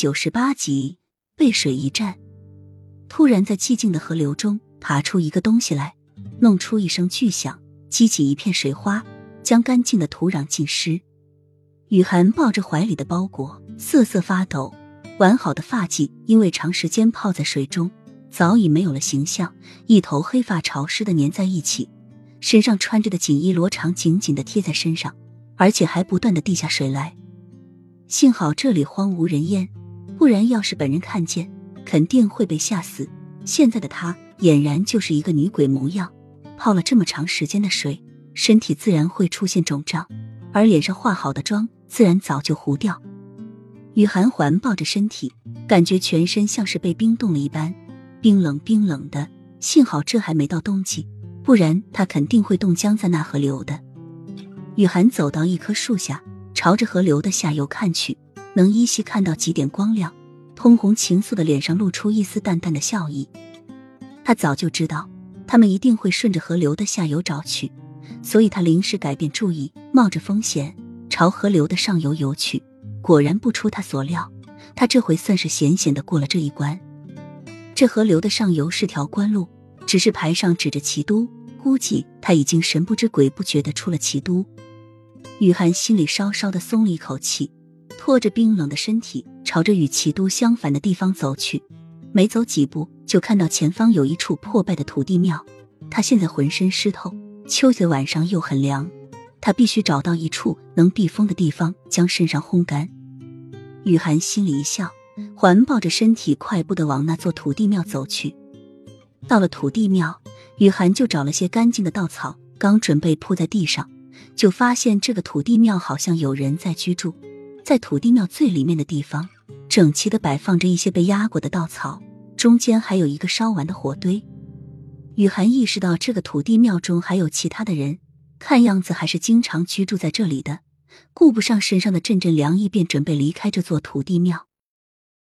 98集被水一战。突然在寂静的河流中爬出一个东西来，弄出一声巨响，激起一片水花，将干净的土壤浸湿。雨涵抱着怀里的包裹瑟瑟发抖，完好的发髻因为长时间泡在水中早已没有了形象，一头黑发潮湿的粘在一起，身上穿着的锦衣罗裳紧紧地贴在身上，而且还不断地滴下水来。幸好这里荒无人烟，不然要是本人看见肯定会被吓死。现在的她俨然就是一个女鬼模样，泡了这么长时间的水，身体自然会出现肿胀，而脸上化好的妆自然早就糊掉。雨涵环抱着身体，感觉全身像是被冰冻了一般，冰冷冰冷的，幸好这还没到冬季，不然她肯定会冻僵在那河流的。雨涵走到一棵树下，朝着河流的下游看去，能依稀看到几点光亮，通红情愫的脸上露出一丝淡淡的笑意。她早就知道他们一定会顺着河流的下游找去，所以她临时改变主意，冒着风险朝河流的上游游去。果然不出她所料，她这回算是险险地过了这一关。这河流的上游是条官路，只是牌上指着齐都，估计她已经神不知鬼不觉地出了齐都。雨涵心里稍稍地松了一口气，拖着冰冷的身体朝着与齐都相反的地方走去。没走几步，就看到前方有一处破败的土地庙。她现在浑身湿透，秋的晚上又很凉，她必须找到一处能避风的地方，将身上烘干。雨涵心里一笑，环抱着身体快步地往那座土地庙走去。到了土地庙，雨涵就找了些干净的稻草，刚准备铺在地上，就发现这个土地庙好像有人在居住。在土地庙最里面的地方，整齐地摆放着一些被压过的稻草，中间还有一个烧完的火堆。雨涵意识到这个土地庙中还有其他的人，看样子还是经常居住在这里的，顾不上身上的阵阵凉意，便准备离开这座土地庙。